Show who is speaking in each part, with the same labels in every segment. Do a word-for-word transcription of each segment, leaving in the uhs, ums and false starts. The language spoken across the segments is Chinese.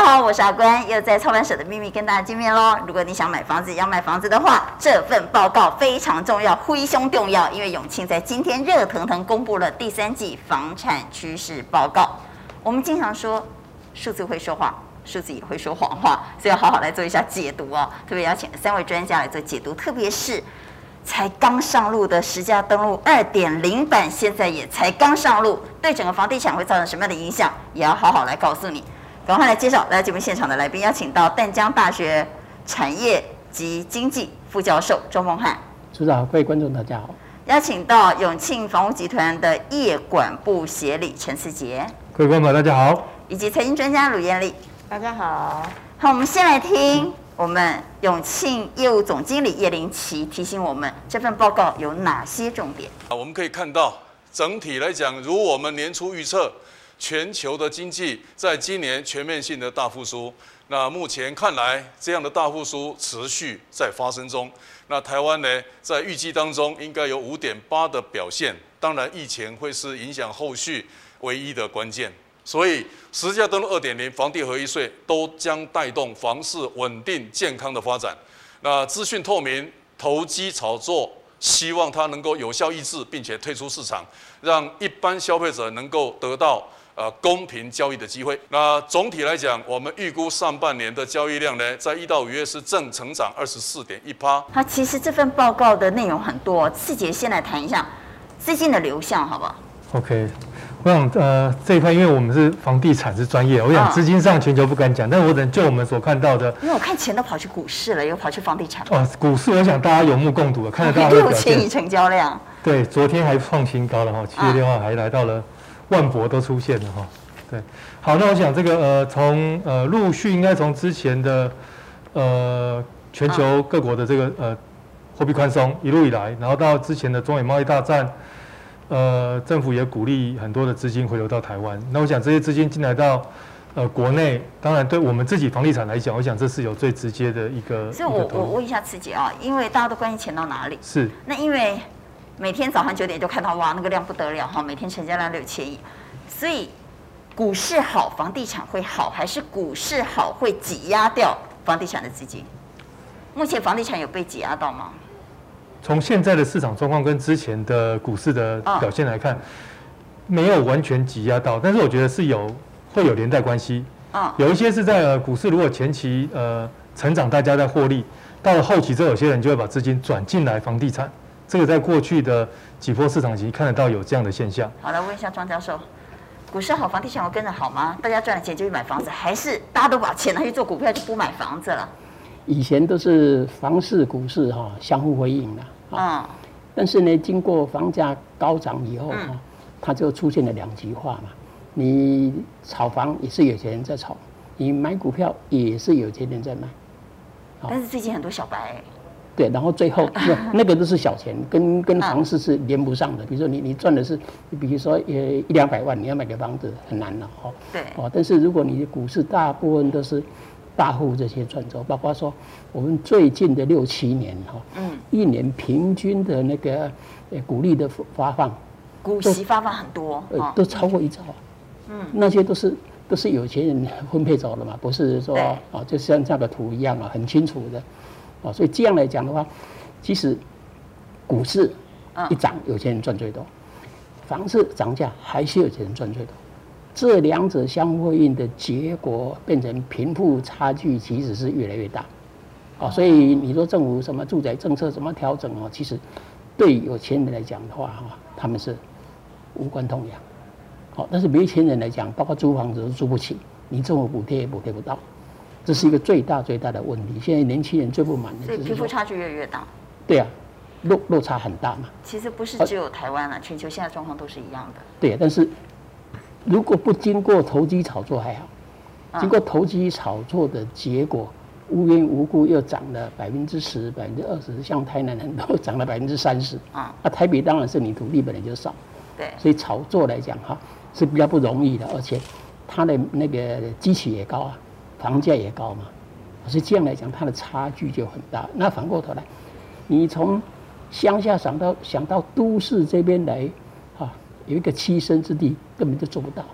Speaker 1: 好，我是阿关，又在操盘手的秘密跟大家见面喽。如果你想买房子、要卖房子的话，这份报告非常重要，灰熊重要，因为永庆在今天热腾腾公布了第三季房产趋势报告。我们经常说，数字会说话，数字也会说谎话，所以要好好来做一下解读哦。特别邀请了三位专家来做解读，特别是才刚上路的实价登录 二点零 版，现在也才刚上路，对整个房地产会造成什么样的影响，也要好好来告诉你。赶快来介绍来节目现场的来宾，邀请到淡江大学产业及经济副教授周孟汉。
Speaker 2: 主持人好，各位观众大家好。
Speaker 1: 邀请到永庆房屋集团的业管部协理陈思杰。
Speaker 3: 各位观众大家好。
Speaker 1: 以及财经专家鲁彦丽。
Speaker 4: 大家好。
Speaker 1: 好，我们先来听我们永庆业务总经理叶林奇提醒我们，这份报告有哪些重点？
Speaker 5: 啊，我们可以看到，整体来讲，如我们年初预测，全球的经济在今年全面性的大复苏。那目前看来，这样的大复苏持续在发生中。那台湾呢，在预计当中应该有 五点八 的表现。当然，疫情会是影响后续唯一的关键。所以，实价登录 二点零、房地合一税都将带动房市稳定健康的发展。那资讯透明、投机炒作，希望它能够有效抑制，并且退出市场，让一般消费者能够得到呃公平交易的机会。那总体来讲，我们预估上半年的交易量呢，在一到五月是正成长 二十四点一趴。
Speaker 1: 好，其实这份报告的内容很多，次杰先来谈一下资金的流向，好不好
Speaker 3: ？OK。我想，呃，这一块因为我们是房地产是专业，我想资金上全球不敢讲，但我等就我们所看到的，
Speaker 1: 因为我看钱都跑去股市了，又跑去房地产。
Speaker 3: 哦，股市我想大家有目共睹了，看得到
Speaker 1: 六千亿成交量。
Speaker 3: 对，昨天还创新高了哈，七月六号还来到了万博都出现了哈。对，好，那我想这个呃，从呃陆续应该从之前的呃全球各国的这个呃货币宽松一路以来，然后到之前的中美贸易大战。呃，政府也鼓励很多的资金回流到台湾。那我想这些资金进来到呃国内，当然对我们自己房地产来讲，我想这是有最直接的一个。
Speaker 1: 所以我我问一下慈姐啊，因为大家都关心钱到哪里？
Speaker 3: 是。
Speaker 1: 那因为每天早上九点就看到哇，那个量不得了哈，每天成交量六千亿，所以股市好，房地产会好，还是股市好会挤压掉房地产的资金？目前房地产有被挤压到吗？
Speaker 3: 从现在的市场状况跟之前的股市的表现来看，哦、没有完全挤压到，但是我觉得是有会有连带关系。哦、有一些是在、呃、股市如果前期呃成长，大家在获利，到了后期之后，有些人就会把资金转进来房地产。这个在过去的几波市场期看得到有这样的现象。
Speaker 1: 好，来问一下庄教授，股市好，房地产会跟着好吗？大家赚了钱就去买房子，还是大家都把钱拿去做股票就不买房子了？
Speaker 2: 以前都是房市、股市哈相互辉映的，啊、嗯，但是呢，经过房价高涨以后哈，嗯、它就出现了两极化嘛。你炒房也是有钱人在炒，你买股票也是有钱人在买。
Speaker 1: 但是最近很多小白、欸。
Speaker 2: 对，然后最后那那个都是小钱，跟跟房市是连不上的。比如说你你赚的是，比如说呃一两百万，你要买个房子很难了哈。
Speaker 1: 对。哦，
Speaker 2: 但是如果你的股市大部分都是大户这些赚走，包括说我们最近的六七年哈，嗯，一年平均的那个呃股利的发放，
Speaker 1: 股息发放很多，
Speaker 2: 呃，都超过一兆，嗯，那些都是都是有钱人分配走了嘛，不是说啊，就像这个图一样啊，很清楚的，啊，所以这样来讲的话，其实股市一涨，有钱人赚最多，房市涨价还是有钱人赚最多。这两者相辉映的结果，变成贫富差距其实是越来越大，啊，所以你说政府什么住宅政策怎么调整哦，其实对有钱人来讲的话哈，他们是无关痛痒，好，但是没钱人来讲，包括租房子都租不起，你政府补贴也补贴不到，这是一个最大最大的问题。现在年轻人最不满的，
Speaker 1: 所以贫富差距越来越大。
Speaker 2: 对啊，落落差很大嘛。
Speaker 1: 其实不是只有台湾了，全球现在状况都是一样的。
Speaker 2: 对，但是。如果不经过投机炒作还好，经过投机炒作的结果，无缘无故又涨了百分之十、百分之二十，像台南很多涨了百分之三十。啊，那台北当然是你土地本来就少，
Speaker 1: 对，
Speaker 2: 所以炒作来讲哈是比较不容易的，而且它的那个基期也高啊，房价也高嘛，所以这样来讲它的差距就很大。那反过头来，你从乡下想到想到都市这边来。有一个栖身之地，根本就做不到。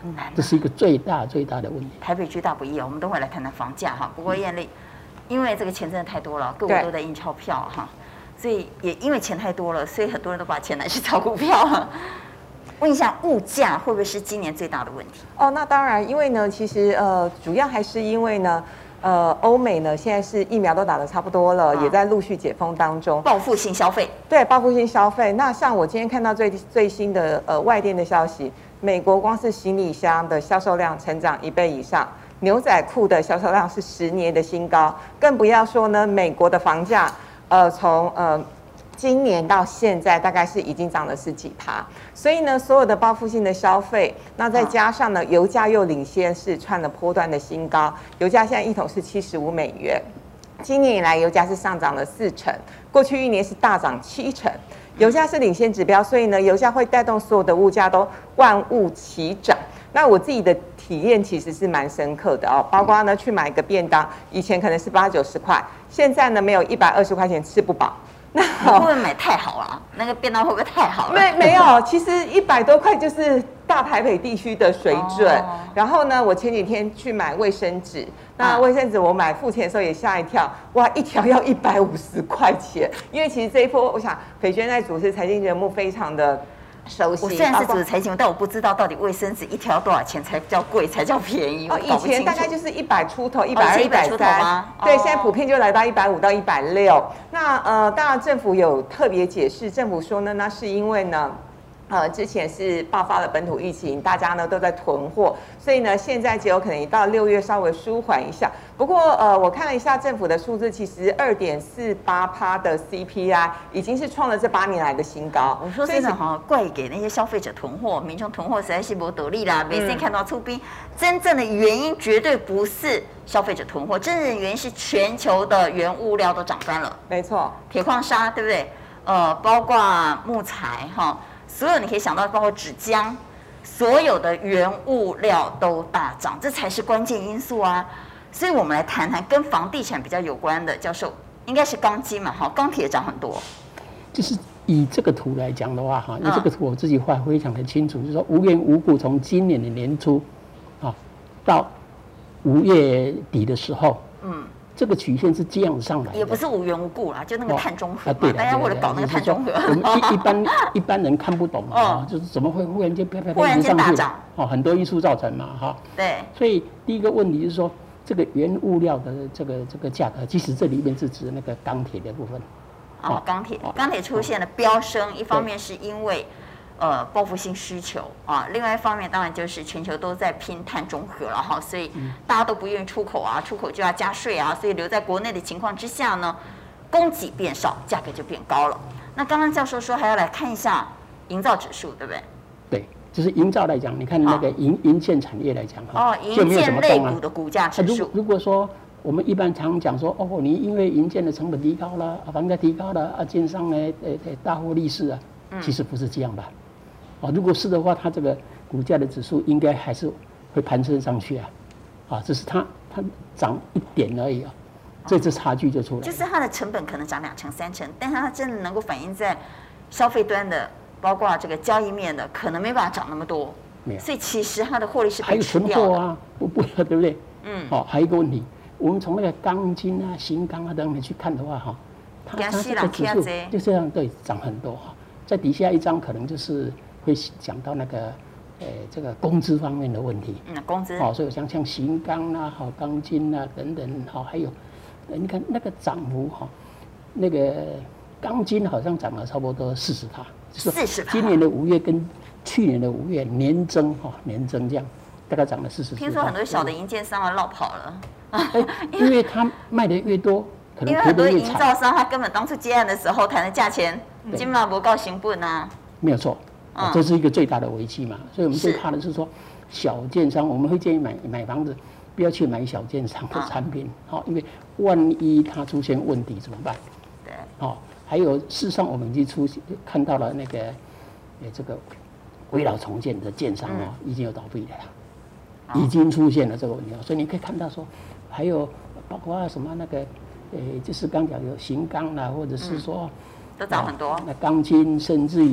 Speaker 1: 很难、啊，
Speaker 2: 这是一个最大最大的问题。
Speaker 1: 台北居大不易啊，我们等会来谈谈房价哈。不过艳丽，因为这个钱真的太多了，各国都在印钞票哈，所以也因为钱太多了，所以很多人都把钱拿去炒股票了。问一下，物价会不会是今年最大的问题？
Speaker 4: 哦，那当然，因为呢，其实呃，主要还是因为呢，呃，欧美呢现在是疫苗都打得差不多了，嗯、也在陆续解封当中，
Speaker 1: 报复性消费。对，
Speaker 4: 报复性消费。那像我今天看到最最新的呃外电的消息，美国光是行李箱的销售量成长一倍以上，牛仔裤的销售量是十年的新高，更不要说呢，美国的房价，呃，从呃。今年到现在大概是已经涨了十几趴，所以呢，所有的报复性的消费，那再加上呢，油价又领先是创了波段的新高，油价现在一桶是七十五美元，今年以来油价是上涨了四成，过去一年是大涨七成，油价是领先指标，所以呢，油价会带动所有的物价都万物齐涨。那我自己的体验其实是蛮深刻的哦，包括呢去买一个便当，以前可能是八九十块，现在呢没有一百二十块钱吃不饱。
Speaker 1: 那会不会买太好了？那个便当会不会太好了？
Speaker 4: 没没有，其实一百多块就是大台北地区的水准。哦、然后呢，我前几天去买卫生纸，那卫生纸我买付钱的时候也吓一跳，哇，一条要一百五十块钱。因为其实这一波，我想斐娟在主持财经节目非常的熟悉。
Speaker 1: 我虽然是主持财经，但我不知道到底卫生纸一条多少钱才叫贵，才叫便宜。
Speaker 4: 哦，以前大概就是一百出头，一百二、一百三。对，现在普遍就来到一百五到一百六。那呃，当然政府有特别解释，政府说呢，那是因为呢。呃，之前是爆发了本土疫情，大家呢都在囤货，所以呢，现在只有可能到六月稍微舒缓一下。不过，呃，我看了一下政府的数字，其实二点四八趴的 C P I 已经是创了这八年来的新高。
Speaker 1: 我说真的哈，怪给那些消费者囤货，民众囤货实在是不得力啦。每次看到出兵，真正的原因绝对不是消费者囤货，真正的原因是全球的原物料都涨翻了。
Speaker 4: 没错，
Speaker 1: 铁矿砂对不对？呃，包括木材哈。所有你可以想到，包括纸浆，所有的原物料都大涨，这才是关键因素啊。所以我们来谈谈跟房地产比较有关的，教授应该是钢筋嘛，哈，钢铁涨很多。
Speaker 2: 就是以这个图来讲的话，哈，因为这个图我自己画非常的清楚，就是说无缘无故从今年的年初，啊，到五月底的时候，嗯。这个曲线是这样上来的，
Speaker 1: 也不是无缘无故啦，就那个碳中和嘛，哦啊、大家为了搞那个碳中和，
Speaker 2: 我们一一般一般人看不懂啊，哦、就是怎么会忽然间啪啪啪
Speaker 1: 上去了？
Speaker 2: 哦，很多因素造成嘛，哈。
Speaker 1: 对。
Speaker 2: 所以第一个问题是说，这个原物料的这个这个价格，其实这里面是指那个钢铁的部分。
Speaker 1: 哦，钢铁，钢铁出现了飙升，一方面是因为。呃，报复性需求啊，另外一方面当然就是全球都在拼碳中和了哈，所以大家都不愿意出口啊，出口就要加税啊，所以留在国内的情况之下呢，供给变少，价格就变高了。那刚刚教授说还要来看一下营造指数，对不对？
Speaker 2: 对，就是营造来讲，你看那个营营建产业来讲哈，
Speaker 1: 哦，营建类股的股价指数。
Speaker 2: 如果说我们一般常讲说，哦，你因为营建的成本提高了，房价提高了，啊，建商呢，呃，大获利市啊，其实不是这样吧？啊，如果是的话，它这个股价的指数应该还是会攀升上去啊，啊，只是它它涨一点而已啊，这这差距就出来了。
Speaker 1: 就是它的成本可能涨两成三成，但它真的能够反映在消费端的，包括这个交易面的，可能没办法涨那么多。没有。所以其实它的获利是被吃掉的。
Speaker 2: 还有存货啊，不不要对不对？嗯。哦，还有一个问题，我们从那个钢筋啊、型钢啊等等去看的话，哈，它它这个指数就这样对涨很多哈，在底下一张可能就是。会讲到那个，呃，这个工资方面的问题。
Speaker 1: 嗯，工资。
Speaker 2: 好，所以像像型钢啊、好钢筋啊等等，好，还有，你看那个涨幅哈，那个钢筋好像涨了差不多四十趴，
Speaker 1: 四十趴。
Speaker 2: 今年的五月跟去年的五月年增哈，年增这样，大概涨了四十。
Speaker 1: 听说很多小的营建商啊落跑了，
Speaker 2: 哎，因为他卖的越多，可能
Speaker 1: 因为很多营造商他根本当初接案的时候谈的价钱，金马不够成本啊。
Speaker 2: 没有错。啊，这是一个最大的危机嘛，所以我们最怕的是说小建商，我们会建议买买房子不要去买小建商的产品，好，因为万一它出现问题怎么办？对，好，还有事实上我们已经出现看到了那个，呃，这个危老重建的建商哦，已经有倒闭的了，已经出现了这个问题，所以你可以看到说，还有包括什么那个，呃，就是刚讲有型钢啦，或者是说
Speaker 1: 都涨很多，
Speaker 2: 那钢筋甚至于。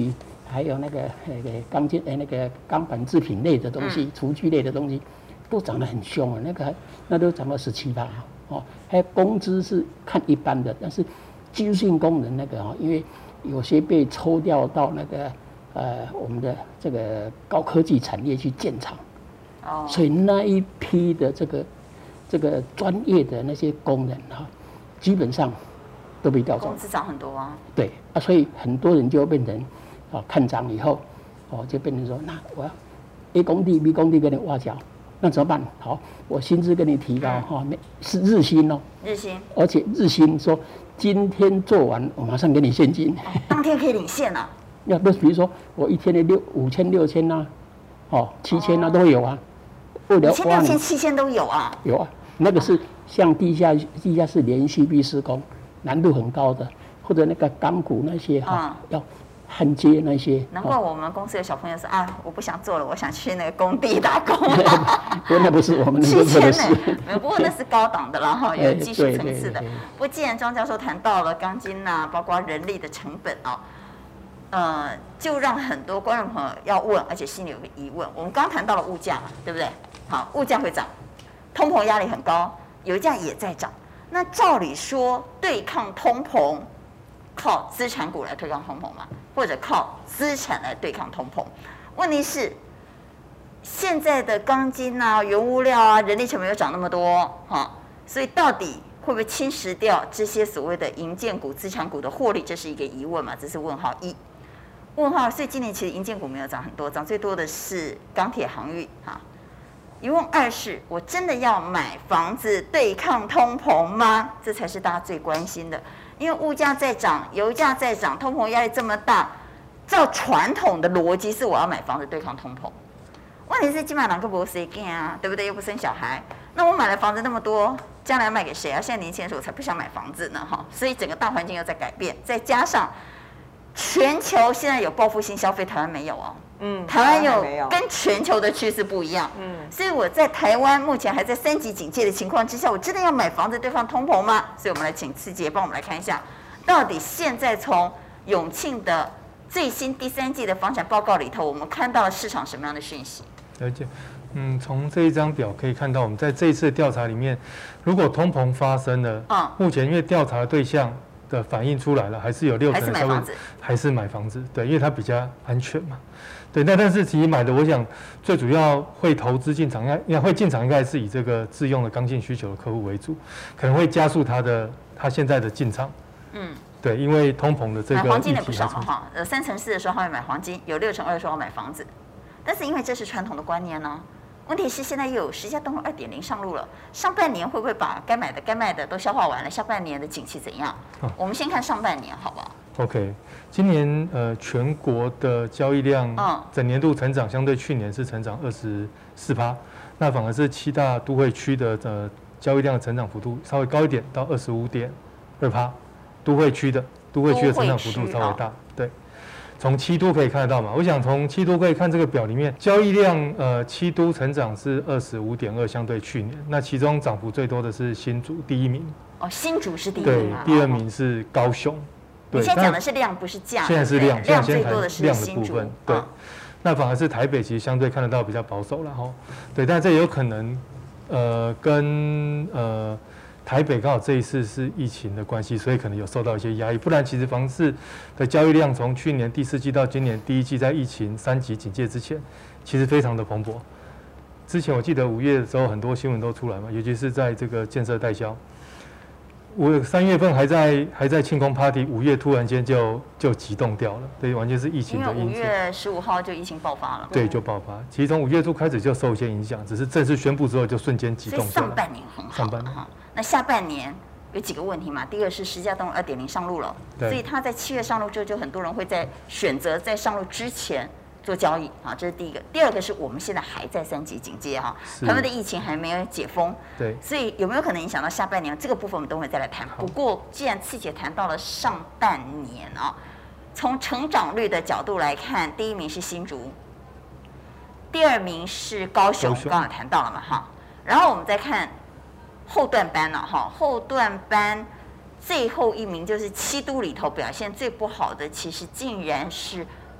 Speaker 2: 还有那个那个钢筋呃那个钢板制品类的东西，厨具类的东西，都涨得很凶啊，那个那都涨到十七趴哦。还有工资是看一般的，但是技术性工人那个哦，因为有些被抽调到那个呃我们的这个高科技产业去建厂，哦，所以那一批的这个这个专业的那些工人啊，基本上都被调走，
Speaker 1: 工资涨很多啊。
Speaker 2: 对啊，所以很多人就变成啊看涨以后，哦就变成说，那我要 A 工地 B 工地给你挖角，那怎么办？好，我薪资给你提高哈，是日薪哦，
Speaker 1: 日薪，
Speaker 2: 而且日薪说今天做完，我马上给你现金，
Speaker 1: 哦、当天可以领现啊。
Speaker 2: 要不是比如说我一天的六五千六千呐，哦七千呐都有啊，
Speaker 1: 为了五千六千七千都有啊，
Speaker 2: 有啊，那个是像地下地下室连续壁施工，难度很高的，或者那个钢骨那些哈、嗯、要。焊接那些，
Speaker 1: 难怪我们公司有小朋友说啊，我不想做了，我想去那个工地打工。
Speaker 2: 不过那不是我们能够做的事。
Speaker 1: 没有，不过那是高档的了哈，有技术层次的。不过既然庄教授谈到了钢筋呐、啊，包括人力的成本哦，呃，就让很多观众朋友要问，而且心里有个疑问。我们刚谈到了物价嘛，对不对？好，物价会涨，通膨压力很高，油价也在涨。那照理说，对抗通膨，靠资产股来对抗通膨嘛？或者靠资产来对抗通膨，问题是现在的钢筋啊、原物料啊、人力成本又涨那么多哈，所以到底会不会侵蚀掉这些所谓的营建股、资产股的获利？这是一个疑问嘛？这是问号一。问号，所以今年其实营建股没有涨很多，涨最多的是钢铁、航运哈。疑问二是：我真的要买房子对抗通膨吗？这才是大家最关心的。因为物价在涨，油价在涨，通膨压力这么大，照传统的逻辑是我要买房子对抗通膨。问题是基本上两个不谁干啊，对不对？又不生小孩，那我买了房子那么多，将来卖给谁啊？现在年轻人说我才不想买房子呢哈，所以整个大环境又在改变，再加上全球现在有报复性消费，台湾没有哦。嗯，台湾有跟全球的趋势不一样，嗯，所以我在台湾目前还在三级警戒的情况之下，我真的要买房子对抗通膨吗？所以我们来请次杰帮我们来看一下，到底现在从永庆的最新第三季的房产报告里头，我们看到了市场什么样的讯息？
Speaker 3: 了解，嗯，从这一张表可以看到，我们在这一次的调查里面，如果通膨发生了，嗯，目前因为调查的对象的反映出来了，还是有六成的消费者还是买房子，对，因为它比较安全嘛。对，那但是其实买的，我想最主要会投资进场，应该会进场应该是以这个自用的刚性需求的客户为主，可能会加速他的他现在的进场。嗯，对，因为通膨的这个
Speaker 1: 买黄金的不少哈，呃，三成四的时候他会买黄金，有六成二的时候要买房子，但是因为这是传统的观念呢、啊，问题是现在又有实价登录二点零上路了，上半年会不会把该买的该卖的都消化完了？下半年的景气怎样？啊、我们先看上半年，好不好
Speaker 3: ？OK。今年呃全国的交易量，整年度成长相对去年是成长二十四趴，那反而是七大都会区的呃交易量的成长幅度稍微高一点，到二十五点二趴，都会区的都会区的成长幅度稍微大，哦、对，从七都可以看得到嘛。我想从七都可以看这个表里面，交易量呃七都成长是二十五点二，相对去年，那其中涨幅最多的是新竹第一名，
Speaker 1: 哦，新竹是第一
Speaker 3: 名、啊，对，第二名是高雄。
Speaker 1: 你现在讲的是量，不是价。
Speaker 3: 现在是量，
Speaker 1: 量最多的是
Speaker 3: 量的部分。对，哦、那反而是台北其实相对看得到比较保守了哈。对，但这也有可能，呃，跟呃台北刚好这一次是疫情的关系，所以可能有受到一些压抑。不然其实房市的交易量从去年第四季到今年第一季，在疫情三级警戒之前，其实非常的蓬勃。之前我记得五月的时候，很多新闻都出来嘛，尤其是在这个建设代销。我三月份还在还在庆功 party， 五月突然间就就急冻掉了，对，完全是疫情的因素。
Speaker 1: 因为五月十五号就疫情爆发了。
Speaker 3: 对，就爆发。其实从五月初开始就受一些影响，只是正式宣布之后就瞬间急冻。
Speaker 1: 所以上半年很好。上半年哈，那下半年有几个问题嘛？第一个是实价登录二点零上路了，所以它在七月上路之后，就很多人会在选择在上路之前做交易啊，这是第一个。第二个是我们现在还在三级警戒哈，台湾的疫情还没有解封，
Speaker 3: 对，
Speaker 1: 所以有没有可能影响到下半年？这个部分我们都会再来谈。不过既然次姐谈到了上半年啊，从成长率的角度来看，第一名是新竹，第二名是高雄，刚刚谈到了嘛哈。然后我们再看后段班了哈，后段班最后一名就是七都里头表现最不好的，其实竟然是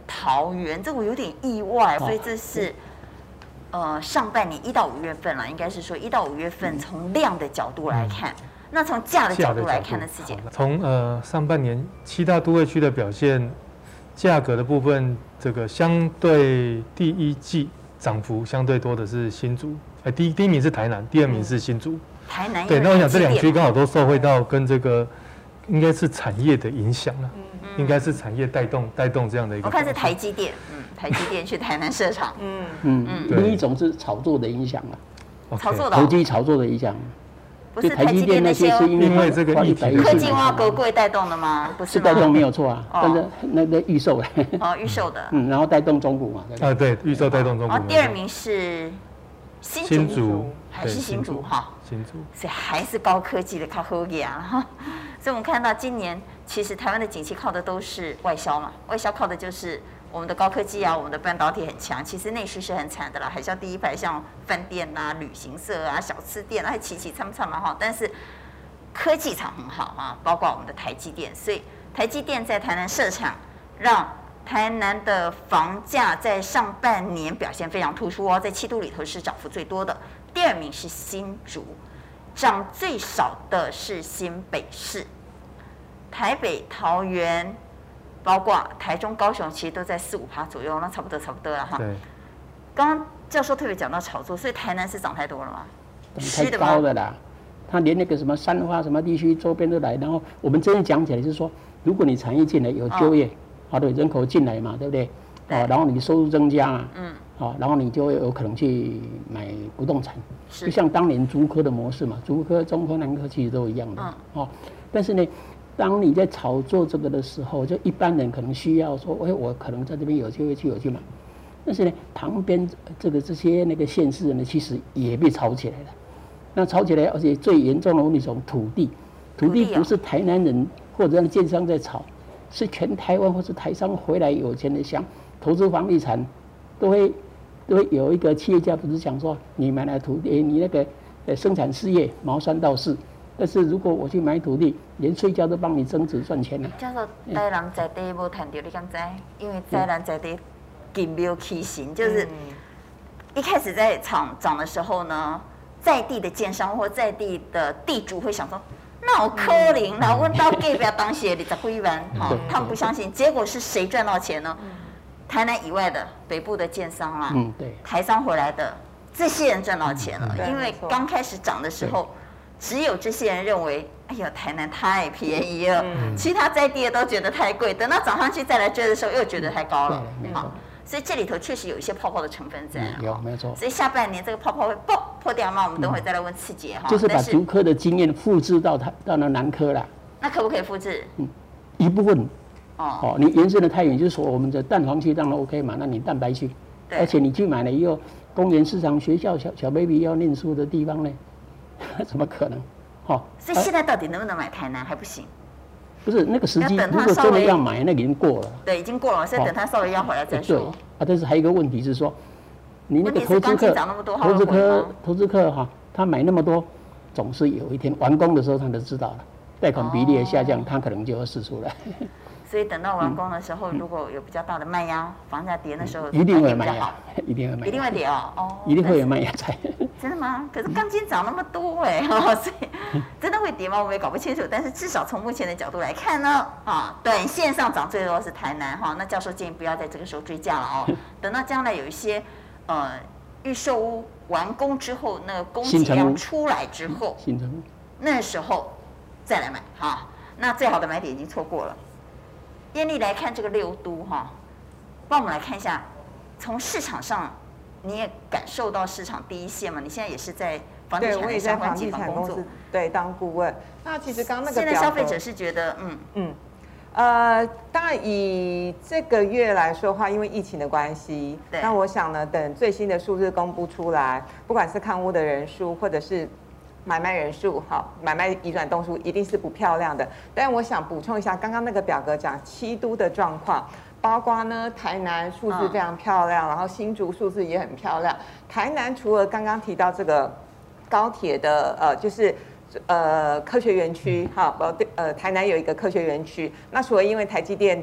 Speaker 1: 桃园，这我有点意外，所以这是。呃，上半年一到五月份了，应该是说一到五月份，从量的角度来看，嗯、那从价的角度来看呢，师姐，
Speaker 3: 从呃上半年七大都会区的表现，价格的部分，这个相对第一季涨幅相对多的是新竹，哎，第一第一名是台南，第二名是新竹。嗯、
Speaker 1: 台南
Speaker 3: 对，那我想这两区刚好都受惠到跟这个应该是产业的影响了，嗯、应该是产业带动带动这样的一个。
Speaker 1: 我看是台积电，嗯。台积电去台南设厂，
Speaker 2: 嗯嗯，另一种是炒作的影响了，
Speaker 1: 炒作的
Speaker 2: 投机炒作的影响，
Speaker 1: 不是台积电那些
Speaker 2: 是因为
Speaker 3: 这个
Speaker 1: 科技挖沟柜带动的吗？不是
Speaker 2: 带动没有错啊，但是那个预售
Speaker 1: 哦，预售的，
Speaker 2: 嗯，然后带动中股嘛，
Speaker 3: 啊对，预售带动中股。
Speaker 1: 哦，第二名是新竹，还是新竹哈？
Speaker 3: 新竹，
Speaker 1: 所以还是高科技的靠后呀哈。所以我们看到今年其实台湾的景气靠的都是外销嘛，外销靠的就是。我们的高科技啊，我们的半导体很强，其实内需是很惨的啦。海啸第一排像饭店啊、旅行社啊、小吃店啊，还起起参参蛮好。但是科技厂很好啊，包括我们的台积电，所以台积电在台南设厂，让台南的房价在上半年表现非常突出哦，在七都里头是涨幅最多的。第二名是新竹，涨最少的是新北市，台北、桃园。包括台中、高雄，其实都在四五趴左右，那差不多差不多了哈。
Speaker 3: 对。
Speaker 1: 刚刚教授特别讲到炒作，所以台南是涨太多了吗？
Speaker 2: 太高了啦！他连那个什么三化什么地区周边都来，然后我们真正讲起来是说，如果你产业进来有就业，好、哦、对，人口进来嘛，对不对？哦，然后你收入增加啊，嗯，好、哦，然后你就会有可能去买不动产，就像当年竹科的模式嘛，竹科、中科、南科其实都一样的，嗯、哦，但是呢。当你在炒作这个的时候，就一般人可能需要说，哎，我可能在这边有机会去有去买，但是呢，旁边这个这些那个县市呢，其实也被炒起来了。那炒起来，而且最严重的问题从土地，土地不是台南人或者建商在炒，是全台湾或是台商回来有钱的想投资房地产，都会都会有一个企业家不是讲说，你买了土地，你那个呃生产事业毛三到四。但是如果我去买土地，连睡觉都帮你增值赚钱了。
Speaker 1: 叫做台南在地无谈到，你敢知？因为台南在地金庙起行，就是一开始在涨涨的时候呢，在地的建商或在地的地主会想说，那有可能啦，我到隔壁当时二十几万，哈，他们不相信。结果是谁赚到钱呢？台南以外的北部的建商啊，嗯，对，台商回来的这些人赚到钱了，因为刚开始涨的时候。只有这些人认为，哎呀，台南太便宜了，嗯、其他在地的都觉得太贵。等到涨上去再来追的时候，又觉得太高了。好，所以这里头确实有一些泡泡的成分在。
Speaker 2: 有，没错。
Speaker 1: 所以下半年这个泡泡会爆破掉吗？我们等会再来问次姐哈。
Speaker 2: 就是把竹科的经验复制到它到那南科啦。
Speaker 1: 那可不可以复制？
Speaker 2: 嗯，一部分。哦。哦，你延伸的太远，就是说我们的蛋黄区当然 OK 嘛，那你蛋白区，而且你去买了以后，公园、市场、学校、小小 baby 要念书的地方呢？怎么可能？哦，
Speaker 1: 所以现在到底能不能买台南还不行？
Speaker 2: 不是那个时机，如果真的要买，那个已经过了。
Speaker 1: 对，已经过了，所以等他稍微要回来再说。
Speaker 2: 对啊，但是还有一个问题是说，你那个投资客，投资客，投资客哈，他买那么多，总是有一天完工的时候他就知道了，贷款比例的下降，他可能就要释出来。
Speaker 1: 所以等到完工的时候，如果有比较大的卖压，房价跌的时候，
Speaker 2: 一定会卖压，一定会卖，
Speaker 1: 一定会跌哦，哦，
Speaker 2: 一定会有卖压在。
Speaker 1: 真的吗？可是钢筋涨那么多哎，所以真的会跌吗？我们也搞不清楚。但是至少从目前的角度来看呢，啊，短线上涨最多是台南哈。那教授建议不要在这个时候追价了哦，等到将来有一些呃预售屋完工之后，那个供给量出来之后，那时候再来买哈。那最好的买点已经错过了。艳丽来看这个六都哈，帮我们来看一下，从市场上你也感受到市场第一线嘛？你现在也是在房地产的相关机房工作，
Speaker 4: 对，当顾问。那其实刚刚那个
Speaker 1: 现在消费者是觉得，嗯
Speaker 4: 嗯，呃，当然以这个月来说的话，因为疫情的关系，那我想呢，等最新的数字公布出来，不管是看屋的人数，或者是买卖人数，好，买卖移转动数一定是不漂亮的。但我想补充一下，刚刚那个表格讲七都的状况，包括呢台南数字非常漂亮，然后新竹数字也很漂亮。台南除了刚刚提到这个高铁的呃，就是呃科学园区，哈，呃呃台南有一个科学园区，那除了因为台积电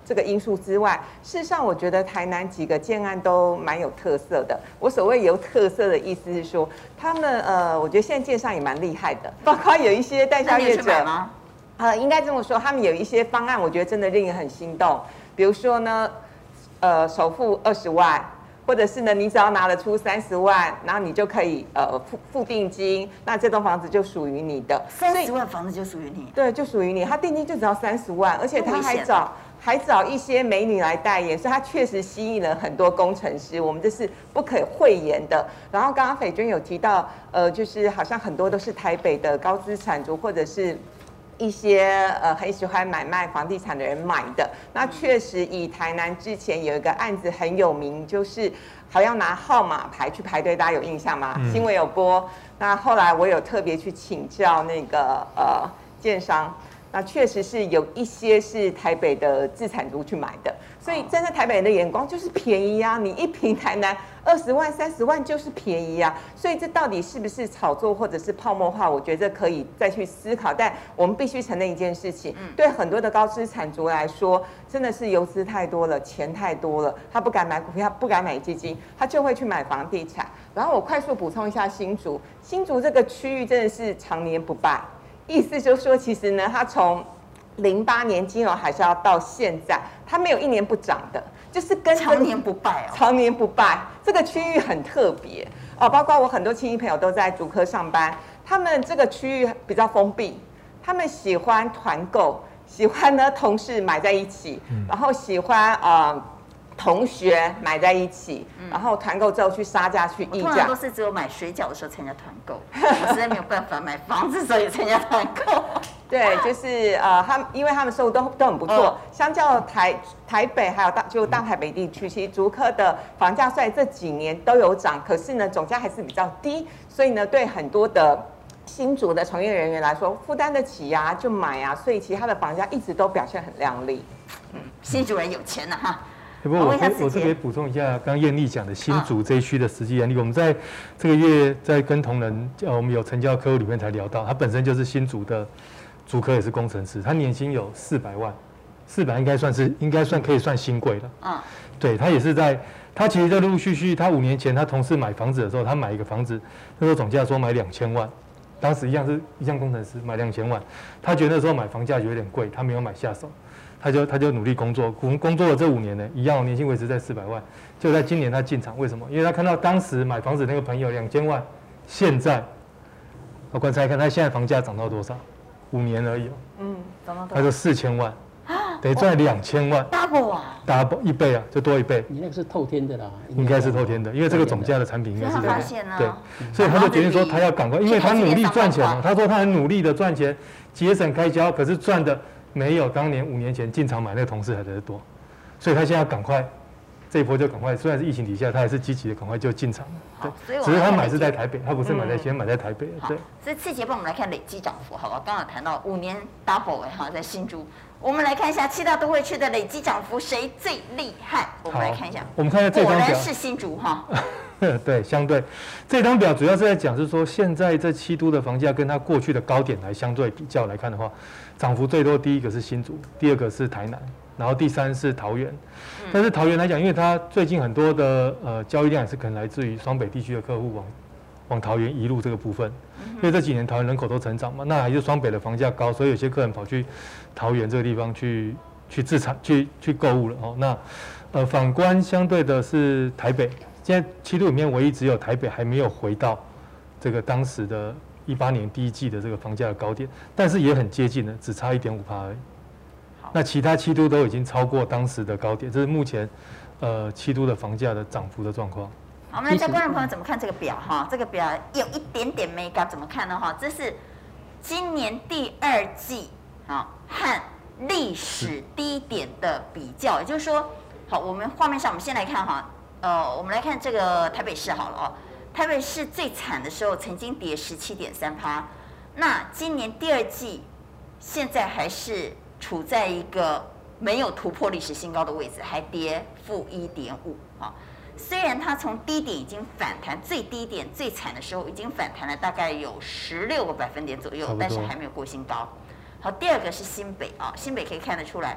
Speaker 4: 这个因素之外，事实上我觉得台南几个建案都蛮有特色的。我所谓有特色的意思是说，他们呃，我觉得现在建商也蛮厉害的，包括有一些代销业者
Speaker 1: 吗？
Speaker 4: 呃，应该这么说，他们有一些方案，我觉得真的令人很心动。比如说呢，呃，首付二十万。或者是呢，你只要拿得出三十万，然后你就可以呃付付定金，那这栋房子就属于你的。
Speaker 1: 三十万房子就属于你？
Speaker 4: 对，就属于你。他定金就只要三十万，而且他还找还找一些美女来代言，所以他确实吸引了很多工程师。我们这是不可讳言的。然后刚刚斐娟有提到，呃，就是好像很多都是台北的高资产族，或者是一些呃很喜欢买卖房地产的人买的。那确实以台南之前有一个案子很有名，就是还要拿号码牌去排队，大家有印象吗？嗯、新闻有播。那后来我有特别去请教那个呃建商，那确实是有一些是台北的自产族去买的。所以站在台北人的眼光就是便宜啊，你一坪台南二十万、三十万就是便宜啊。所以这到底是不是炒作或者是泡沫化？我觉得可以再去思考。但我们必须承认一件事情，对很多的高资产族来说，真的是游资太多了，钱太多了，他不敢买股票，不敢买基金，他就会去买房地产。然后我快速补充一下新竹，新竹这个区域真的是常年不败，意思就是说，其实呢，它从零八年金融海啸到现在，它没有一年不涨的，就是跟
Speaker 1: 常年不败哦，
Speaker 4: 常年不败。这个区域很特别哦，包括我很多亲戚朋友都在竹科上班，他们这个区域比较封闭，他们喜欢团购，喜欢呢同事买在一起，然后喜欢呃同学买在一起，然后团购之后去杀价去议价。
Speaker 1: 通常都是只有买水饺的时候参加团购，我实在没有办法买房子的时候也参加团购。
Speaker 4: 对，就是呃，他们因为他们收入都都很不错，哦、相较台台北还有大就大台北地区，其实竹科的房价虽然这几年都有涨，可是呢总价还是比较低，所以呢对很多的新竹的从业人员来说负担得起呀、啊，就买呀、啊，所以其实它的房价一直都表现很亮丽。
Speaker 1: 嗯，新竹人有钱了、啊、哈。
Speaker 3: 不过我我这边补充一下，刚刚艳丽讲的新竹这一区的实际案例，我们在这个月在跟同仁，呃，我们有成交客户里面才聊到，他本身就是新竹的，竹科也是工程师，他年薪有四百万，四百应该算是应该算可以算新贵了。嗯，对他也是在，他其实在陆陆续续，他五年前他同事买房子的时候，他买一个房子，那时候总价说买两千万，当时一样是一样工程师买两千万，他觉得那时候买房价有点贵，他没有买下手。他就他就努力工作，工工作了这五年呢，一样年薪维持在四百万。就在今年他进场，为什么？因为他看到当时买房子那个朋友两千万，现在我观察看他现在房价涨到多少？五年而已哦。
Speaker 1: 嗯，涨到多少？
Speaker 3: 他说四千万，得赚两千万
Speaker 1: ，double 啊
Speaker 3: ，double 一倍啊，就多一倍。
Speaker 2: 你那个是透天的啦，
Speaker 3: 应该是透天的，因为这个总价的产品应该是
Speaker 1: 这样。
Speaker 3: 对，所以他就决定说他要赶快，因为他努力赚钱嘛。他说他很努力的赚钱，节省开销，可是赚的。没有当年五年前进场买那个同事还得多，所以他现在要赶快，这一波就赶快。虽然是疫情底下，他还是积极的赶快就进场。对，只是他买是在台北，他不是买在先买在台北。对，
Speaker 1: 所以次节帮我们来看累积涨幅，好吧？刚刚谈到五年 double 哈，在新竹，我们来看一下七大都会区的累积涨幅谁最厉害？我们来看一下，
Speaker 3: 我们看一下这张表，
Speaker 1: 果然是新竹哈。
Speaker 3: 对，相对这张表主要是在讲，是说现在这七都的房价跟它过去的高点来相对比较来看的话，涨幅最多第一个是新竹，第二个是台南，然后第三是桃园。但是桃园来讲，因为它最近很多的呃交易量也是可能来自于双北地区的客户往往桃园移入这个部分，因为这几年桃园人口都成长嘛，那还是双北的房价高，所以有些客人跑去桃园这个地方去去自产去去购物了哦。那呃反观相对的是台北。现在七都里面唯一只有台北还没有回到这个当时的一八年第一季的这个房价的高点，但是也很接近了，只差一点五趴而已。那其他七都都已经超过当时的高点，这是目前呃七都的房价的涨幅的状况。
Speaker 1: 好，我们来教观众朋友怎么看这个表哈？这个表有一点点美感，怎么看呢？哈，这是今年第二季啊和历史低点的比较，也就是说，好，我们画面上我们先来看哈。呃，我们来看这个台北市好了哦。台北市最惨的时候曾经跌十七点三趴，那今年第二季现在还是处在一个没有突破历史新高的位置，还跌负一点五啊。虽然它从低点已经反弹，最低点最惨的时候已经反弹了大概有十六个百分点左右，但是还没有过新高。好，第二个是新北啊，新北可以看得出来。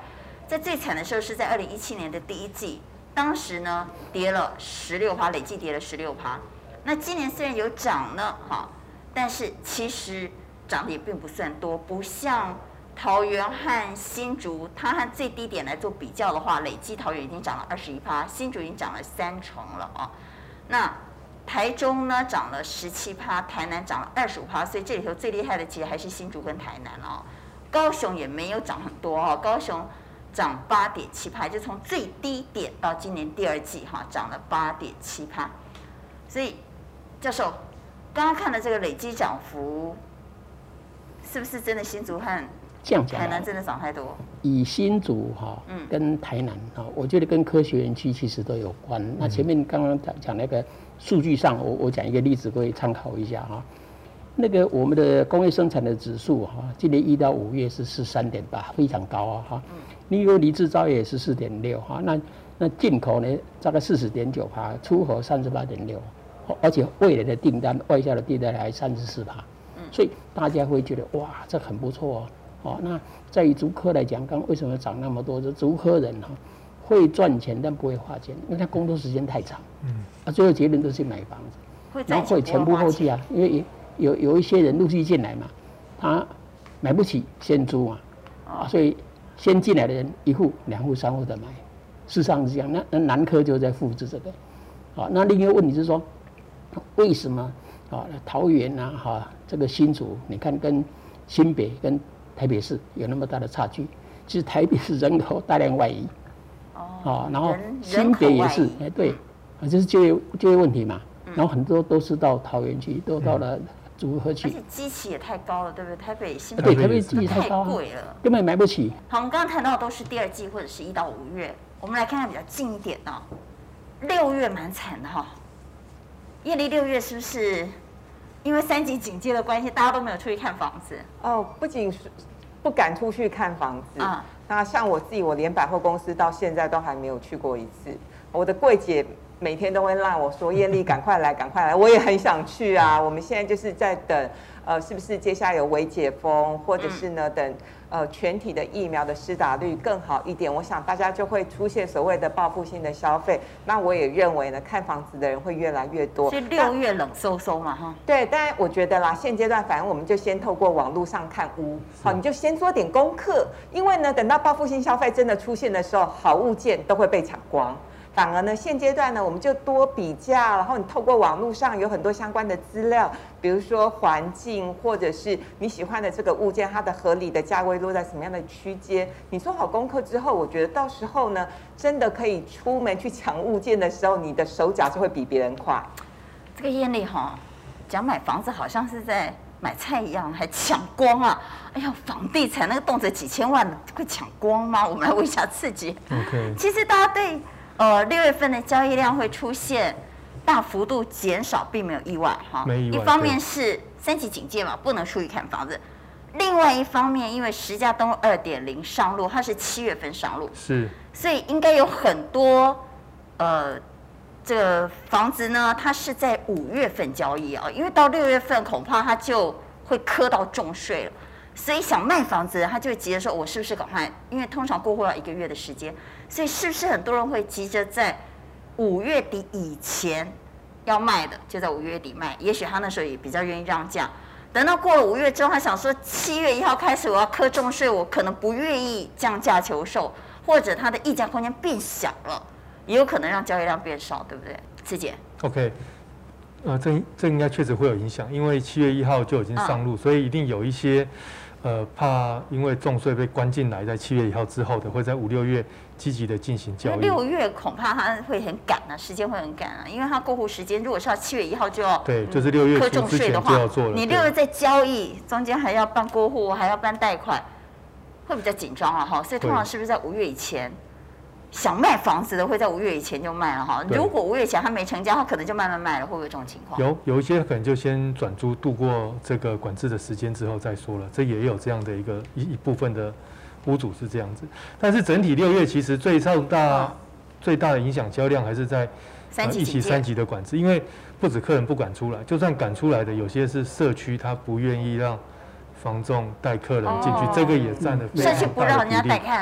Speaker 1: 在最惨的时候是在二零一七年的第一季，当时呢跌了十六趴，累计跌了十六趴。那今年虽然有涨呢，哈，但是其实涨的也并不算多，不像桃园和新竹，它和最低点来做比较的话，累计桃园已经涨了二十一趴，新竹已经涨了三成了啊。那台中呢涨了十七趴，台南涨了二十五趴，所以这里头最厉害的其实还是新竹跟台南哦。高雄也没有涨很多哦，高雄涨八点七趴，就从最低点到今年第二季哈涨了八点七趴。所以教授刚刚看的这个累积涨幅，是不是真的新竹和台南真的涨太多？
Speaker 2: 以新竹哈跟台南哈，我觉得跟科学园区其实都有关。嗯、那前面刚刚讲讲那个数据上，我我讲一个例子，可以参考一下哈。那个我们的工业生产的指数哈，今年一到五月是十三点八，非常高啊哈。你有离制造业是四点六哈，那那进口呢大概四十点九趴，出口三十八点六，而且未来的订单外销的订单还三十四趴，所以大家会觉得哇，这很不错哦。哦，那在于竹科来讲，刚为什么涨那么多？就竹科人哈会赚钱，但不会花钱，因为他工作时间太长。嗯，啊，最后结论都是买房子，然后会前仆后继啊，因为有有一些人陆续进来嘛，他买不起先租嘛，啊，所以先进来的人一户、两户、三户的买，事实上是这样。那那南科就在复制这个，啊，那另一个问题是说，为什么啊桃园啊哈这个新竹，你看跟新北跟台北市有那么大的差距？其实台北市人口大量外移，哦，然后新北也是，哎对，啊这是就业就业问题嘛，然后很多都是到桃园去，都到了竹科去，
Speaker 1: 而且基期也太高了，对不对？台北新北
Speaker 2: 对台北基期太高，
Speaker 1: 太贵了，
Speaker 2: 根本买不起。
Speaker 1: 好，我们刚刚谈到的都是第二季或者是一到五月，我们来看看比较近一点的，六月蛮惨的哈，夜离六月是不是？因为三级警戒的关系，大家都没有出去看房子。
Speaker 4: 哦，不仅是不敢出去看房子，啊、那像我自己，我连百货公司到现在都还没有去过一次。我的柜姐每天都会让我说：“艳丽，赶快来，赶快来！”我也很想去啊。我们现在就是在等，呃，是不是接下来有微解封，或者是呢，等呃全体的疫苗的施打率更好一点，我想大家就会出现所谓的报复性的消费。那我也认为呢，看房子的人会越来越多。
Speaker 1: 所以六月冷飕飕嘛，哈。
Speaker 4: 对，但我觉得啦，现阶段反正我们就先透过网络上看屋，好，你就先做点功课，因为呢，等到报复性消费真的出现的时候，好物件都会被抢光。反而呢，现阶段呢，我们就多比价，然后你透过网络上有很多相关的资料，比如说环境，或者是你喜欢的这个物件，它的合理的价位落在什么样的区间。你做好功课之后，我觉得到时候呢，真的可以出门去抢物件的时候，你的手脚就会比别人快。
Speaker 1: 这个艳丽哈，讲买房子好像是在买菜一样，还抢光啊！哎呀，房地产那个动辄几千万的会抢光吗？我们来问一下刺激。
Speaker 3: OK，
Speaker 1: 其实大家对。呃，六月份的交易量会出现大幅度减少，并没有意外哈。
Speaker 3: 没意外。
Speaker 1: 一方面是三级警戒嘛，不能出去看房子；另外一方面，因为实价登录二点零上路，它是七月份上路，
Speaker 3: 是，
Speaker 1: 所以应该有很多呃这个房子呢，它是在五月份交易啊，因为到六月份恐怕它就会磕到重税了。所以想卖房子，他就会急着说：“我是不是赶快？因为通常过户要一个月的时间，所以是不是很多人会急着在五月底以前要卖的，就在五月底卖？也许他那时候也比较愿意让价。等到过了五月之后，他想说七月一号开始我要课重税，我可能不愿意降价求售，或者他的议价空间变小了，也有可能让交易量变少，对不对？慈姐
Speaker 3: ？OK。呃，这这应该确实会有影响，因为七月一号就已经上路，嗯、所以一定有一些，呃，怕因为重税被关进来，在七月一号之后的，会在五六月积极的进行交易。
Speaker 1: 六月恐怕他会很赶啊，时间会很赶啊，因为他过户时间如果是要七月一号就要
Speaker 3: 对，就是六月初之前就要做了。
Speaker 1: 你六月在交易中间还要办过户，还要办贷款，会比较紧张啊哈。所以通常是不是在五月以前？想卖房子的会在五月以前就卖了哈，如果五月前他没成交，他可能就慢慢卖了，会不会有这种情况？
Speaker 3: 有有一些可能就先转租，度过这个管制的时间之后再说了，这也有这样的一个一一部分的屋主是这样子。但是整体六月其实最受大、嗯、最大的影响交量还是在
Speaker 1: 三级、
Speaker 3: 呃、一期三级的管制，因为不止客人不敢出来，就算赶出来的，有些是社区他不愿意让房仲带客人进去，哦、这个也占了非常大的比例。
Speaker 1: 社区不让人家带看。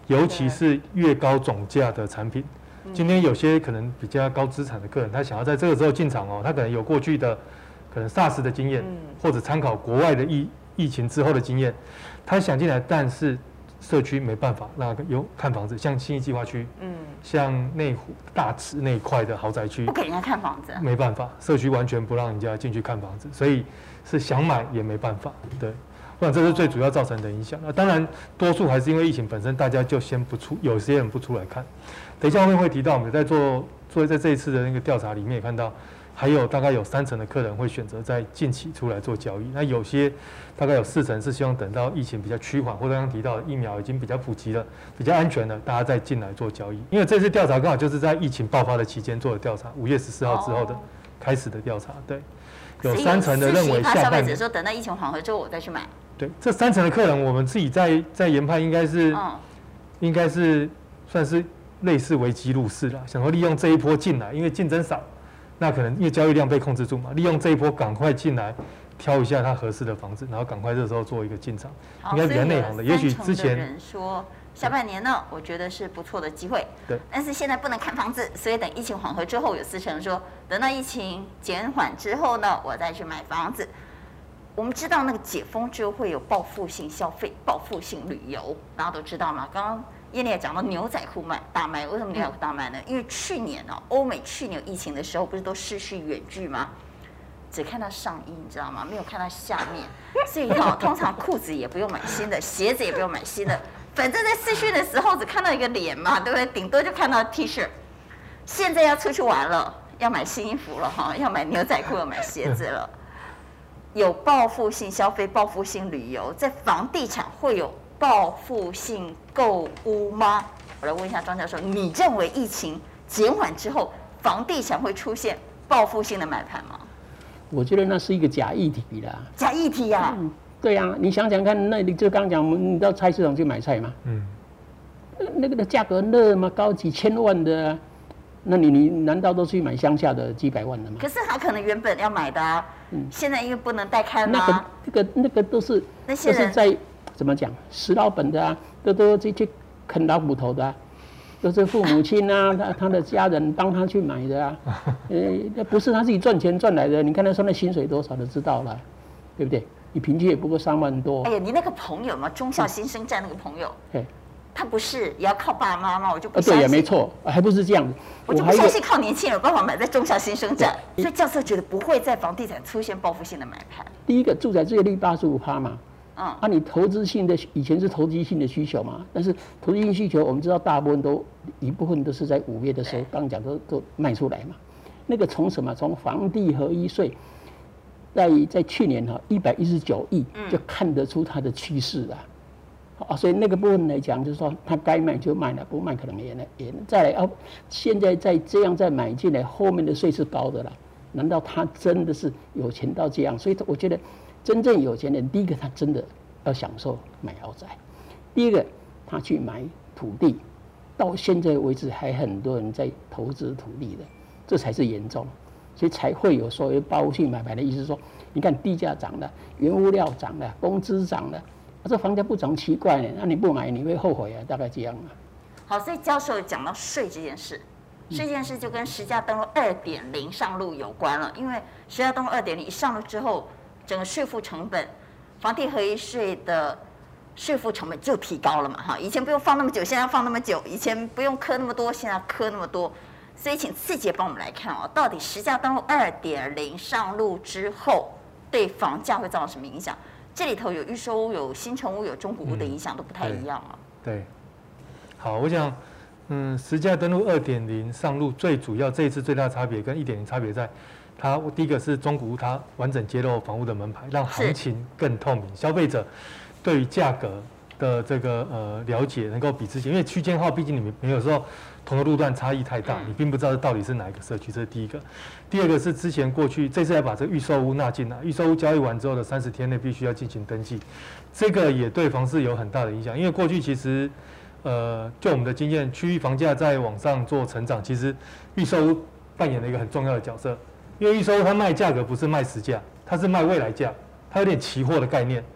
Speaker 3: 尤其是越高总价的产品。今天有些可能比较高资产的客人，他想要在这个时候进场哦，他可能有过去的可能 SARS 的经验，或者参考国外的疫疫情之后的经验，他想进来，但是社区没办法那个有看房子，像信义计划区，嗯，像内湖大池那一块的豪宅区，
Speaker 1: 不给人家看房子，
Speaker 3: 没办法，社区完全不让人家进去看房子，所以是想买也没办法，对，我想这是最主要造成的影响。那当然，多数还是因为疫情本身，大家就先不出，有些人不出来看。等一下后面会提到，我们在做做在这一次的那个调查里面也看到。还有大概有三成的客人会选择在近期出来做交易，那有些大概有四成是希望等到疫情比较趋缓，或者刚刚提到的疫苗已经比较普及了、比较安全了，大家再进来做交易。因为这次调查刚好就是在疫情爆发的期间做的调查，五月十四号之后的开始的调查，对，有三成的认为下半年。
Speaker 1: 消费者说等到疫情缓和之后我再去买。
Speaker 3: 对，这三成的客人，我们自己在在研判应该是，
Speaker 1: 嗯、
Speaker 3: 应该是算是类似危机入市了，想说利用这一波进来，因为竞争少。那可能因为交易量被控制住嘛，利用这一波赶快进来，挑一下它合适的房子，然后赶快这时候做一个进场，应该比较内行的。也许之前
Speaker 1: 人说下半年呢，我觉得是不错的机会。
Speaker 3: 对。
Speaker 1: 但是现在不能看房子，所以等疫情缓和之后，有四成说等到疫情减缓之后呢，我再去买房子。我们知道那个解封之后会有报复性消费、报复性旅游，大家都知道吗？刚刚燕妮也讲到牛仔裤卖大卖，为什么牛仔裤大卖呢？因为去年哦，欧美去年有疫情的时候，不是都失去远距吗？只看到上衣，你知道吗？没有看到下面，所以哈、哦，通常裤子也不用买新的，鞋子也不用买新的，反正在视讯的时候只看到一个脸嘛，对不对？顶多就看到 T 恤。现在要出去玩了，要买新衣服了哈，要买牛仔裤，要买鞋子了。有报复性消费、报复性旅游，在房地产会有报复性购物吗？我来问一下庄教授，你认为疫情减缓之后，房地产会出现报复性的买盘吗？
Speaker 2: 我觉得那是一个假议题啦。
Speaker 1: 假议题呀、啊
Speaker 2: 嗯？对呀、啊，你想想看，那你就刚讲，你到菜市场去买菜嘛，嗯，那个的价格那么高，几千万的、啊，那你你难道都去买乡下的几百万的吗？
Speaker 1: 可是他可能原本要买的啊，嗯、现在因为不能带看
Speaker 2: 嘛、啊，那个那个那个都是
Speaker 1: 那些人
Speaker 2: 都是在怎么讲死老本的啊，都都去去啃老骨头的、啊。都是父母亲啊，他他的家人帮他去买的啊，呃，那不是他自己赚钱赚来的。你看他说那薪水多少就知道了，对不对？你平均也不过三万多。
Speaker 1: 哎呀，你那个朋友嘛，忠孝新生站那个朋友，
Speaker 2: 嗯、
Speaker 1: 他不是也要靠爸妈吗？我就不相信。
Speaker 2: 对，也没错，还不是这样子。
Speaker 1: 我就不相信靠年轻人有办法买在忠孝新生站。所以教授觉得不会在房地产出现报复性的买盘。
Speaker 2: 第一个，住宅自有率八十五趴嘛。
Speaker 1: 嗯，
Speaker 2: 啊，你投资性的以前是投机性的需求嘛，但是投机性需求我们知道大部分都一部分都是在五月的时候，刚讲都都卖出来嘛。那个从什么？从房地合一税，在在去年哈一百一十九亿就看得出它的趋势啊。啊，所以那个部分来讲，就是说它该卖就卖了，不卖可能也也再来。哦，现在再这样再买进来，后面的税是高的啦。难道他真的是有钱到这样？所以我觉得。真正有钱人，第一个他真的要享受买豪宅，第二个他去买土地，到现在为止还很多人在投资土地的，这才是严重，所以才会有所谓报复性买卖的意思说，你看地价涨了，原物料涨了，工资涨了，啊，这房价不涨奇怪呢，那你不买你会后悔啊，大概这样啊。
Speaker 1: 好，所以教授讲到税这件事。这件事就跟实价登录二点零上路有关了，因为实价登录二点零一上路之后，整个税负成本，房地合一税的税负成本就提高了嘛，哈，以前不用放那么久，现在要放那么久，以前不用磕那么多，现在要磕那么多，所以请次姐帮我们来看哦，到底实价登录二点零上路之后，对房价会造成什么影响？这里头有预售屋、有新成屋、有中古屋的影响都不太一样啊。
Speaker 3: 对，对好，我想，嗯，实价登录二点零上路最主要这一次最大的差别跟一点零差别在。它第一个是中古屋，它完整揭露房屋的门牌，让行情更透明，消费者对于价格的这个呃了解能够比之前，因为区间号毕竟你们没有时候同个路段差异太大，你并不知道到底是哪一个社区，这是第一个。第二个是之前过去这次要把这个预售屋纳进来，预售屋交易完之后的三十天内必须要进行登记，这个也对房市有很大的影响，因为过去其实呃就我们的经验，区域房价在往上做成长，其实预售屋扮演了一个很重要的角色。因为预售屋它卖价格不是卖实价，它是卖未来价，它有点期货的概念，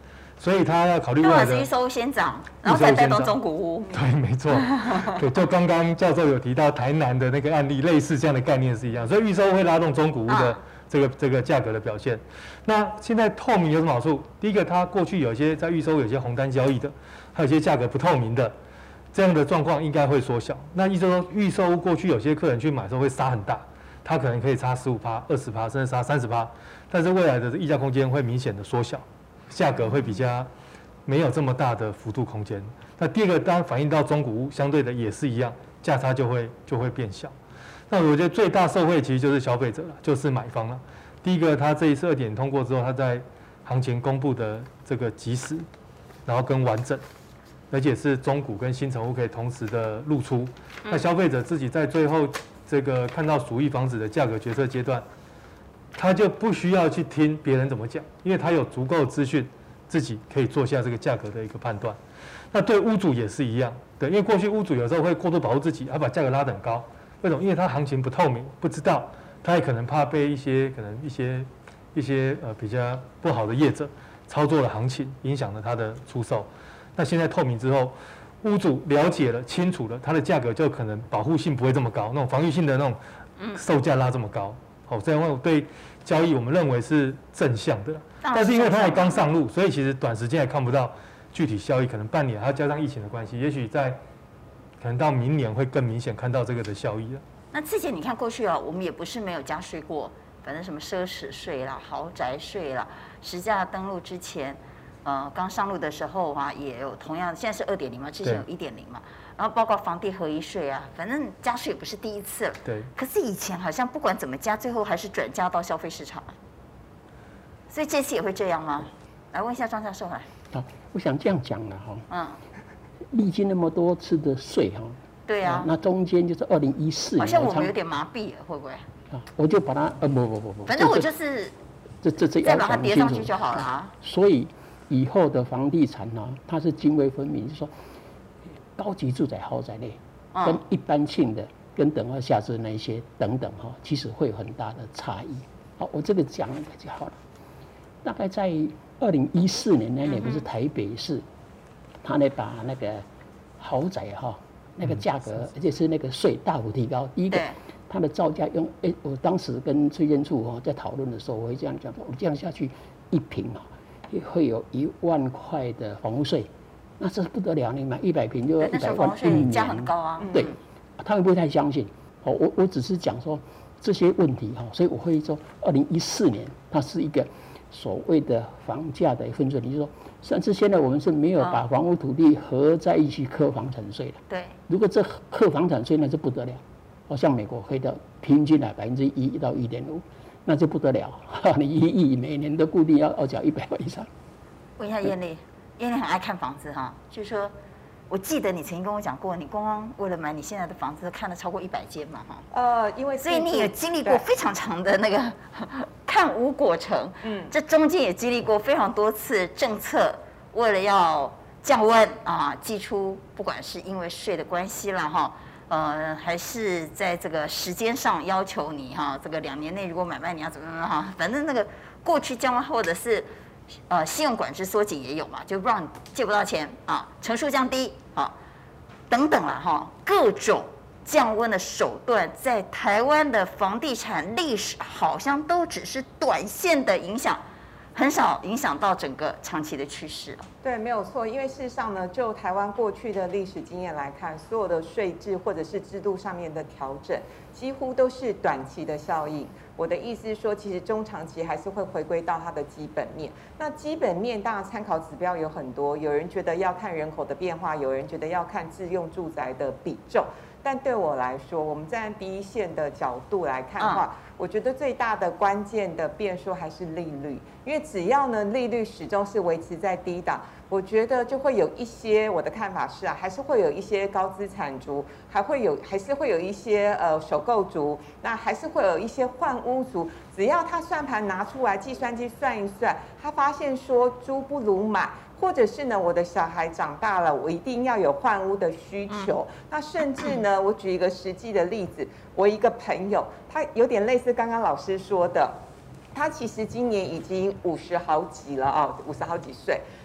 Speaker 3: 所以他要考虑未来的
Speaker 1: 预售先涨，然后再带动中古屋。
Speaker 3: 对，没错。对，就刚刚教授有提到台南的那个案例，类似这样的概念是一样，所以预售会拉动中古屋的这个、啊、这个价格的表现。那现在透明有什么好处？第一个，它过去有一些在预售有些红单交易的，还有一些价格不透明的，这样的状况应该会缩小。那意思说，预售屋过去有些客人去买的时候会杀很大，他可能可以差十五趴、二十趴，甚至杀三十趴，但是未来的溢价空间会明显的缩小。价格会比较没有这么大的幅度空间。那第二个，当然反映到中古屋，相对的也是一样，价差就会就会变小。那我觉得最大受惠其实就是消费者了，就是买方了。第一个，他这一次二点通过之后，他在行情公布的这个及时，然后跟完整，而且是中古跟新成屋可以同时的露出。那消费者自己在最后这个看到属意房子的价格决策阶段，他就不需要去听别人怎么讲，因为他有足够资讯，自己可以做下这个价格的一个判断。那对屋主也是一样，对，因为过去屋主有时候会过度保护自己，他把价格拉得很高，为什么？因为他行情不透明，不知道，他也可能怕被一些可能一些一些呃比较不好的业者操作了行情，影响了他的出售。那现在透明之后，屋主了解了、清楚了，它的价格就可能保护性不会这么高，那种防御性的那种售价拉这么高。好，这样对交易我们认为是正向的，但是因为它还刚上路，所以其实短时间也看不到具体效益，可能半年，还要加上疫情的关系，也许在可能到明年会更明显看到这个的效益了。
Speaker 1: 那之前你看过去啊，我们也不是没有加税过，反正什么奢侈税啦、豪宅税啦，实价登录之前，呃，刚上路的时候啊，也有同样，现在是二点零嘛，之前有一点零嘛。然后包括房地合一税啊，反正加税也不是第一次了。
Speaker 3: 对。
Speaker 1: 可是以前好像不管怎么加，最后还是转嫁到消费市场。所以这次也会这样吗？来问一下庄教授来。
Speaker 2: 好，我想这样讲了哈。
Speaker 1: 嗯。
Speaker 2: 历经那么多次的税哈。
Speaker 1: 对啊。
Speaker 2: 那中间就是二零一四年。
Speaker 1: 好像我们有点麻痹了，会不会？
Speaker 2: 啊，我就把它呃不不不不。
Speaker 1: 反正我就是
Speaker 2: 这这这
Speaker 1: 再把它叠上去就好了啊。
Speaker 2: 所以以后的房地产呢，它是泾渭分明，就是说。高级住宅豪宅类跟一般性的、跟等二下之那一些等等哈，其实会有很大的差异。好，我这个讲一个就好了。大概在二零一四年那年，不是台北市，他呢把那个豪宅哈那个价格，而且是那个税大幅提高。第一个，它的造价用哎，我当时跟税监处哈在讨论的时候，我会这样讲说，我这样下去一平啊，会有一万块的房屋税。那这不得了，你买一百平就要一百万一年，
Speaker 1: 价很高啊。
Speaker 2: 对，他们不会太相信。哦，我我只是讲说这些问题哈，所以我会说，二零一四年它是一个所谓的房价的分水岭，就是说，甚至现在我们是没有把房屋土地合在一起课房产税的。
Speaker 1: 对。如
Speaker 2: 果这课房产税那就不得了，好像美国可以到平均来百分之一到一点五，那就不得了。你一亿每年都固定要要缴一百万以上。
Speaker 1: 问一下艳丽。因为你很爱看房子哈，就是说，我记得你曾经跟我讲过，你光光为了买你现在的房子，看了超过一百间嘛哈。
Speaker 4: 呃，因为
Speaker 1: 所以你也经历过非常长的那个看屋过程，嗯，这中间也经历过非常多次政策为了要降温啊，寄出不管是因为税的关系啦哈，呃，还是在这个时间上要求你哈，这个两年内如果买卖你要怎么样哈，反正那个过去降温或者是。呃，信用管制缩紧也有嘛，就不让你借不到钱啊，成数降低啊，等等了哈，各种降温的手段，在台湾的房地产历史好像都只是短线的影响，很少影响到整个长期的趋势。
Speaker 4: 对，没有错，因为事实上呢，就台湾过去的历史经验来看，所有的税制或者是制度上面的调整，几乎都是短期的效应。我的意思是说，其实中长期还是会回归到它的基本面。那基本面当然参考指标有很多，有人觉得要看人口的变化，有人觉得要看自用住宅的比重。但对我来说，我们站在第一线的角度来看的话，嗯、我觉得最大的关键的变数还是利率，因为只要呢利率始终是维持在低档，我觉得就会有一些我的看法是啊，还是会有一些高资产族，还会有还是会有一些呃首购族，那还是会有一些换屋族，只要他算盘拿出来，计算机算一算，他发现说租不如买。或者是呢，我的小孩长大了，我一定要有换屋的需求。那甚至呢，我举一个实际的例子，我一个朋友，他有点类似刚刚老师说的，他其实今年已经五十好几了啊，五十好几岁。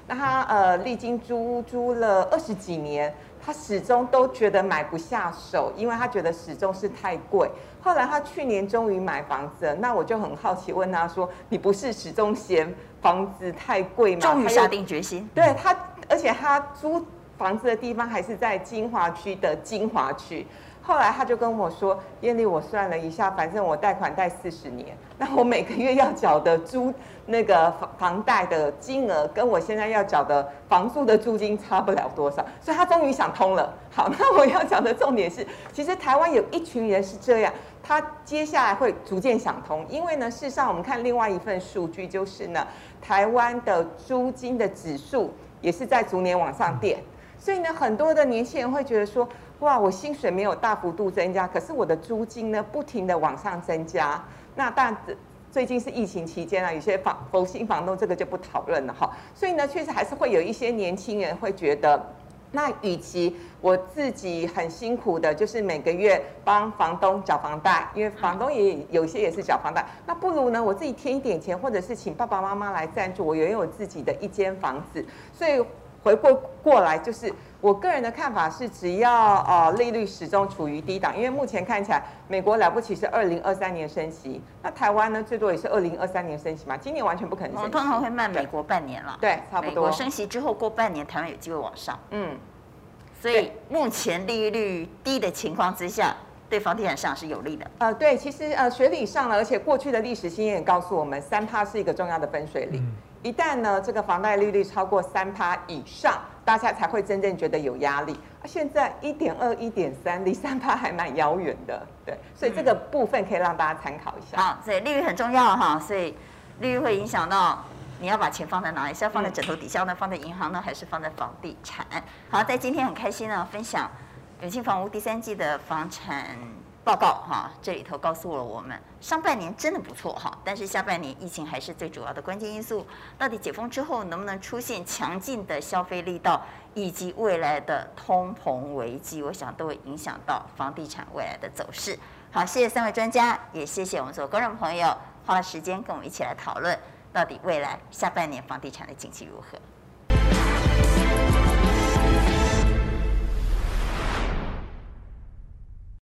Speaker 4: 那他呃历经租租了二十几年，他始终都觉得买不下手，因为他觉得始终是太贵。后来他去年终于买房子了，那我就很好奇问他说：“你不是始终嫌房子太贵吗？”
Speaker 1: 终于下定决心。
Speaker 4: 对他，而且他租房子的地方还是在金华区的金华区。后来他就跟我说：“艳丽，我算了一下，反正我贷款贷四十年，那我每个月要缴的租那个房房贷的金额，跟我现在要缴的房租的租金差不了多少。”所以他终于想通了。好，那我要讲的重点是，其实台湾有一群人是这样，他接下来会逐渐想通，因为呢，事实上我们看另外一份数据，就是呢，台湾的租金的指数也是在逐年往上垫。所以呢，很多的年轻人会觉得说，哇，我薪水没有大幅度增加，可是我的租金呢不停的往上增加。那当然，最近是疫情期间啊，有些房佛心房东这个就不讨论了哈。所以呢，确实还是会有一些年轻人会觉得，那与其我自己很辛苦的，就是每个月帮房东缴房贷，因为房东也有些也是缴房贷，那不如呢我自己添一点钱，或者是请爸爸妈妈来赞助，我拥有自己的一间房子。所以回过过来，就是我个人的看法是，只要呃利率始终处于低档，因为目前看起来美国了不起是二零二三年升息，那台湾呢最多也是二零二三年升息嘛，今年完全不可能升息。
Speaker 1: 我通常会慢美国半年了，
Speaker 4: 对，差不多。
Speaker 1: 美国升息之后过半年，台湾有机会往上。
Speaker 4: 嗯，
Speaker 1: 所以目前利率低的情况之下，对房地产市场是有利的。
Speaker 4: 呃，对，其实呃学理上了，而且过去的历史经验也告诉我们，三趴是一个重要的分水岭。嗯，一旦呢，这个房贷利率超过三趴以上，大家才会真正觉得有压力。啊，现在一点二、一点三，离三趴还蛮遥远的，对，所以这个部分可以让大家参考一下。
Speaker 1: 好，所以利率很重要哈，所以利率会影响到你要把钱放在哪里，是要放在枕头底下呢，放在银行呢，还是放在房地产？好，在今天很开心呢，分享永庆房屋第三季的房产报告哈，这里头告诉了我们，上半年真的不错哈，但是下半年疫情还是最主要的关键因素。到底解封之后能不能出现强劲的消费力道，以及未来的通膨危机，我想都会影响到房地产未来的走势。好，谢谢三位专家，也谢谢我们所有观众朋友花了时间跟我们一起来讨论，到底未来下半年房地产的景气如何。